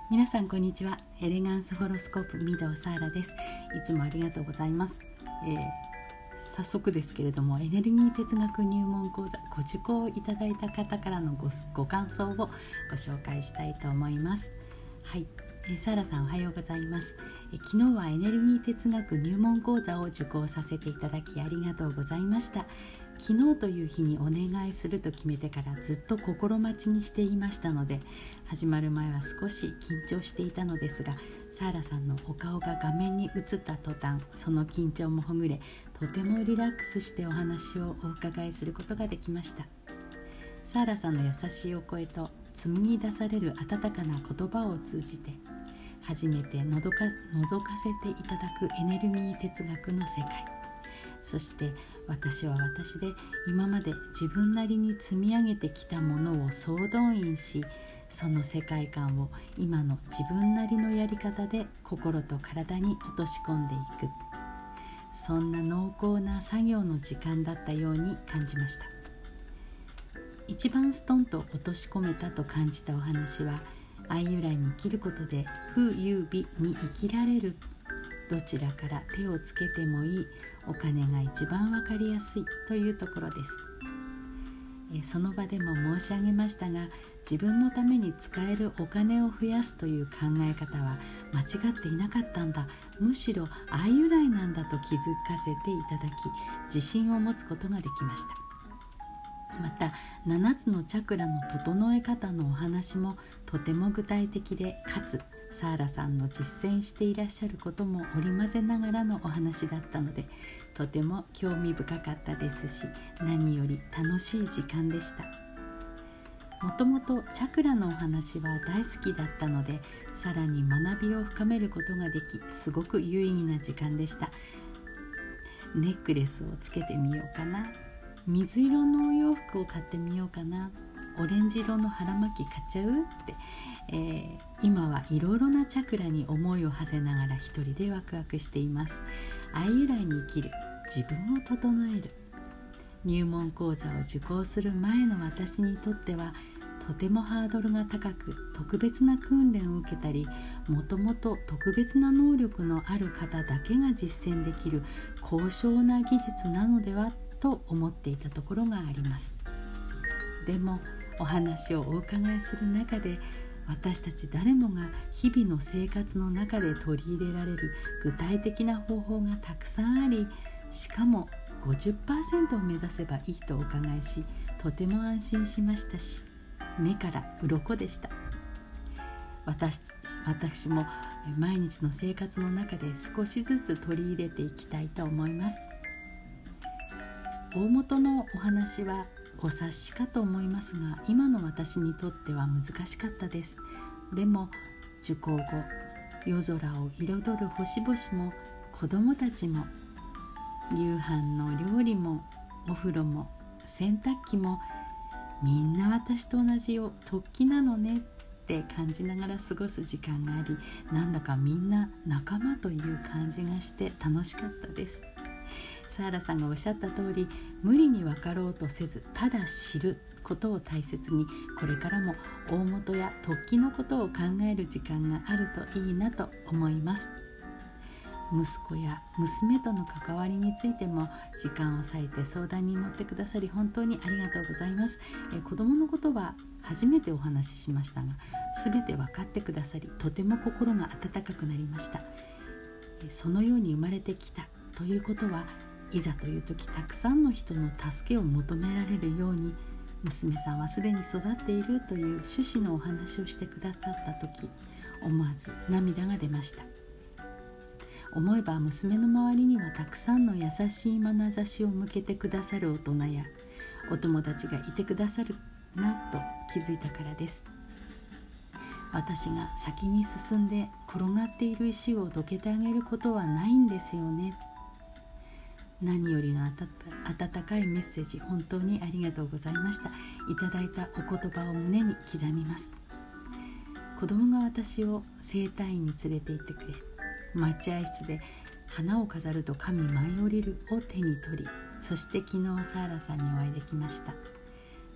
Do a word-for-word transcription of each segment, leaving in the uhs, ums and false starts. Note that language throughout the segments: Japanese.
皆さんこんにちは。エレガンスホロスコープ御堂サーラです。いつもありがとうございます。えー、早速ですけれども、エネルギー哲学入門講座ご受講いただいた方からの ご, ご感想をご紹介したいと思います。はい、えー、サーラさんおはようございます。えー、昨日はエネルギー哲学入門講座を受講させていただきありがとうございました。昨日という日にお願いすると決めてからずっと心待ちにしていましたので、始まる前は少し緊張していたのですが、サーラさんのお顔が画面に映った途端、その緊張もほぐれ、とてもリラックスしてお話をお伺いすることができました。サーラさんの優しいお声と紡ぎ出される温かな言葉を通じて、初めてのぞか、覗かせていただくエネルギー哲学の世界、そして私は私で今まで自分なりに積み上げてきたものを総動員し、その世界観を今の自分なりのやり方で心と体に落とし込んでいく、そんな濃厚な作業の時間だったように感じました。一番ストンと落とし込めたと感じたお話は、愛由来に生きることで不有美に生きられる、どちらから手をつけてもいいお金が一番わかりやすいというところです。えその場でも申し上げましたが、自分のために使えるお金を増やすという考え方は間違っていなかったんだ、むしろ愛由来なんだと気づかせていただき、自信を持つことができました。またななつのチャクラの整え方のお話もとても具体的で、かつサーラさんの実践していらっしゃることも織り交ぜながらのお話だったので、とても興味深かったですし、何より楽しい時間でした。もともとチャクラのお話は大好きだったので、さらに学びを深めることができ、すごく有意義な時間でした。ネックレスをつけてみようかな、水色のお洋服を買ってみようかな、オレンジ色の腹巻き買っちゃうって、えー、今はいろいろなチャクラに思いを馳せながら一人でワクワクしています。愛由来に生きる、自分を整える。入門講座を受講する前の私にとっては、とてもハードルが高く、特別な訓練を受けたり、もともと特別な能力のある方だけが実践できる高尚な技術なのではと思っていたところがあります。でもお話をお伺いする中で、私たち誰もが日々の生活の中で取り入れられる具体的な方法がたくさんあり、しかも ごじゅっパーセント を目指せばいいとお伺いし、とても安心しましたし、目から鱗でした。 私, 私も毎日の生活の中で少しずつ取り入れていきたいと思います。大元のお話はお察しかと思いますが、今の私にとっては難しかったです。でも受講後、夜空を彩る星々も、子どもたちも、夕飯の料理も、お風呂も、洗濯機も、みんな私と同じよ、突起なのねって感じながら過ごす時間があり、なんだかみんな仲間という感じがして楽しかったです。サーラさんがおっしゃった通り、無理に分かろうとせず、ただ知ることを大切に、これからも大元や突起のことを考える時間があるといいなと思います。息子や娘との関わりについても時間を割いて相談に乗ってくださり、本当にありがとうございます。え子供のことは初めてお話ししましたが、すべて分かってくださり、とても心が温かくなりました。そのように生まれてきたということは、いざという時たくさんの人の助けを求められるように、娘さんはすでに育っているという趣旨のお話をしてくださった時、思わず涙が出ました。思えば娘の周りにはたくさんの優しい眼差しを向けてくださる大人やお友達がいてくださるなと気づいたからです。私が先に進んで転がっている石をどけてあげることはないんですよね。何よりの温かいメッセージ、本当にありがとうございました。いただいたお言葉を胸に刻みます。子供が私を整体院に連れて行ってくれ、待合室で花を飾ると神舞い降りるを手に取り、そして昨日サーラさんにお会いできました。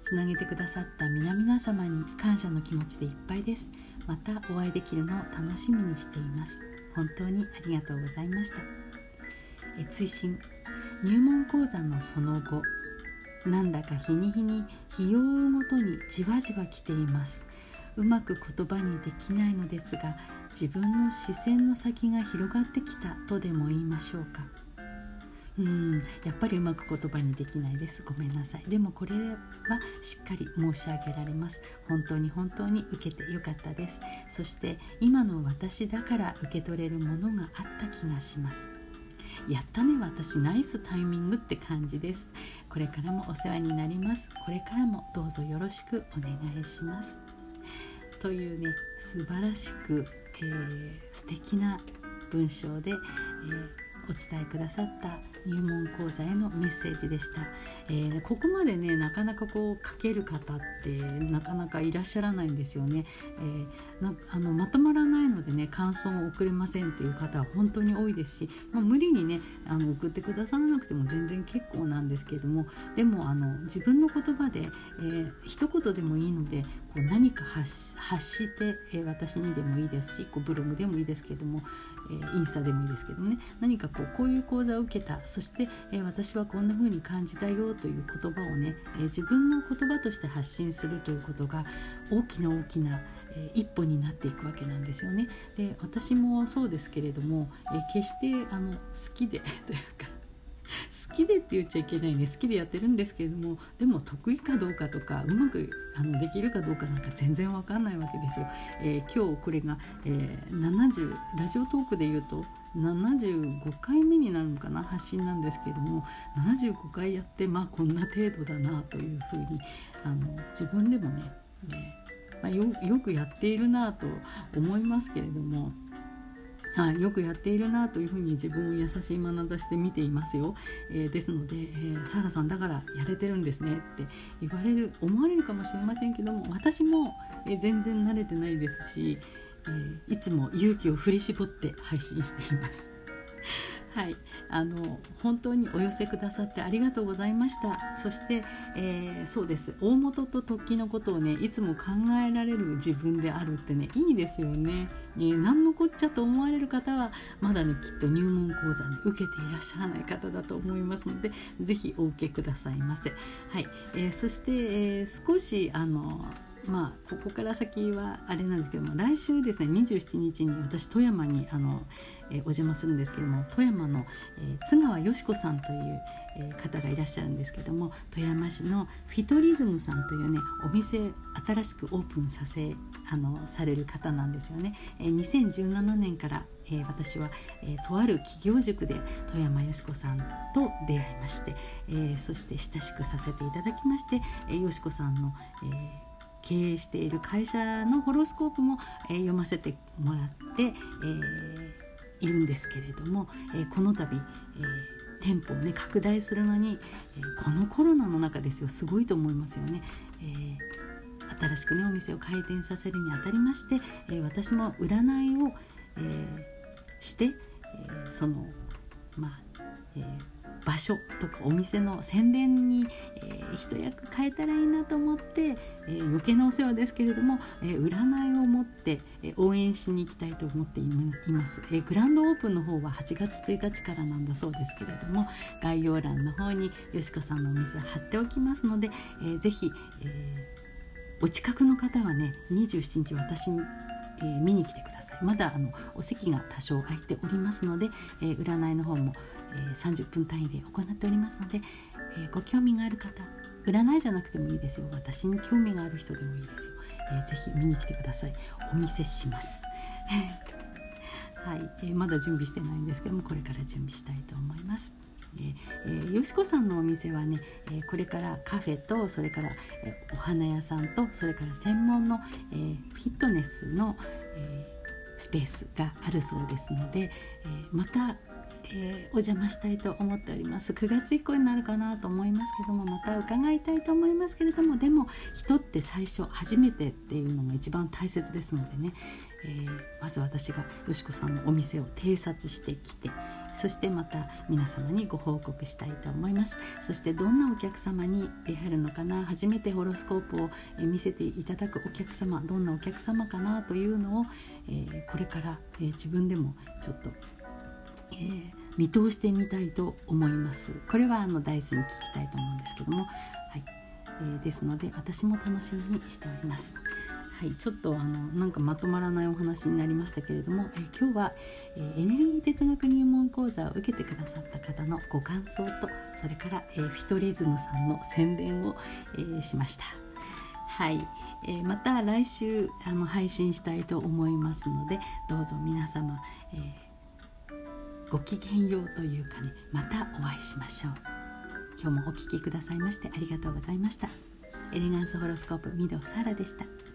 つなげてくださった皆々様に感謝の気持ちでいっぱいです。またお会いできるのを楽しみにしています。本当にありがとうございました。え追伸、入門講座のその後、なんだか日に日に日を追うごとにじわじわ来ています。うまく言葉にできないのですが、自分の視線の先が広がってきたとでも言いましょうか。うーんやっぱりうまく言葉にできないです。ごめんなさい。でもこれはしっかり申し上げられます。本当に本当に受けてよかったです。そして今の私だから受け取れるものがあった気がします。やったね、私ナイスタイミングって感じです。これからもお世話になります。これからもどうぞよろしくお願いします。というね、素晴らしく、えー、素敵な文章で、えー、お伝えくださった入門講座へのメッセージでした。えー、ここまでね、なかなかこう書ける方ってなかなかいらっしゃらないんですよね。えー、なあのまとまらないのでね、感想を送れませんっていう方は本当に多いですし、まあ、無理にねあの送ってくださらなくても全然結構なんですけれども、でもあの自分の言葉で、えー、一言でもいいのでこう何か 発, 発して、えー、私にでもいいですし、こうブログでもいいですけれども、えー、インスタでもいいですけどね、何かこうこういう講座を受けた、そして、えー、私はこんな風に感じたよという言葉をね、えー、自分の言葉として発信するということが大きな大きな、えー、一歩になっていくわけなんですよね。で、私もそうですけれども、えー、決してあの好きでというか好きでって言っちゃいけないね、好きでやってるんですけれども、でも得意かどうかとかうまくあのできるかどうかなんか全然わかんないわけですよ。えー、今日これが、えー、ななじゅうラジオトークで言うとななじゅうごかいめになるのかな、発信なんですけれども、ななじゅうごかいやってまあこんな程度だなというふうにあの自分でもね、ねまあ、よ, よくやっているなと思いますけれども、はい、よくやっているなというふうに自分を優しい眼差しで見ていますよ。えー、ですので、えー、サラさんだからやれてるんですねって言われる思われるかもしれませんけども、私も、えー、全然慣れてないですし、えー、いつも勇気を振り絞って配信しています。はい、あの本当にお寄せくださってありがとうございました。そして、えー、そうです、大元と突起のことをねいつも考えられる自分であるってねいいですよね。えー、何のこっちゃと思われる方はまだねきっと入門講座に受けていらっしゃらない方だと思いますので、ぜひお受けくださいませ。はい、えー、そして、えー、少しあのまあここから先はあれなんですけども、来週ですねにじゅうしちにちに私富山にあの、えー、お邪魔するんですけども、富山の、えー、津川よし子さんという、えー、方がいらっしゃるんですけども、富山市のフィトリズムさんというねお店新しくオープンさせあのされる方なんですよね。えー、にせんじゅうななねんから、えー、私は、えー、とある企業塾で富山よし子さんと出会いまして、えー、そして親しくさせていただきまして、えー、よし子さんの、えー経営している会社のホロスコープも、えー、読ませてもらって、えー、いるんですけれども、えー、この度、えー、店舗をね拡大するのに、えー、このコロナの中ですよ、すごいと思いますよね。えー、新しくねお店を開店させるにあたりまして、えー、私も占いを、えー、して、えー、そのまあ、えー場所とかお店の宣伝に、えー、一役変えたらいいなと思って、えー、余計なお世話ですけれども、えー、占いを持って、えー、応援しに行きたいと思っています。えー、グランドオープンの方ははちがつついたちからなんだそうですけれども、概要欄の方によしこさんのお店を貼っておきますので、えー、ぜひ、えー、お近くの方はねにじゅうしちにち私に、えー、見に来てください。まだあのお席が多少空いておりますので、えー、占いの方もえー、さんじゅっぷん単位で行っておりますので、えー、ご興味がある方、占いじゃなくてもいいですよ、私に興味がある人でもいいですよ、えー、ぜひ見に来てください。お見せしますはい、えー、まだ準備してないんですけども、これから準備したいと思います。えーえー、よしこさんのお店はね、えー、これからカフェとそれから、えー、お花屋さんとそれから専門の、えー、フィットネスの、えー、スペースがあるそうですので、えー、またええー、お邪魔したいと思っております。くがつ以降になるかなと思いますけども、また伺いたいと思いますけれども、でも人って最初初めてっていうのが一番大切ですのでね、えー、まず私がよしこさんのお店を偵察してきて、そしてまた皆様にご報告したいと思います。そしてどんなお客様に出会えるのかな、初めてホロスコープを見せていただくお客様、どんなお客様かなというのを、えー、これから、えー、自分でもちょっと、えー、見通してみたいと思います。これはあの大事に聞きたいと思うんですけども、はい、えー、ですので私も楽しみにしております。はい、ちょっとあのなんかまとまらないお話になりましたけれども、えー、今日は、えー、エネルギー哲学入門講座を受けてくださった方のご感想と、それから、えー、フィトリズムさんの宣伝を、えー、しました。はい、えー、また来週あの配信したいと思いますので、どうぞ皆様、えー、ごきげんようというかね、またお会いしましょう。今日もお聞きくださいましてありがとうございました。エレガンスホロスコープ御堂サーラでした。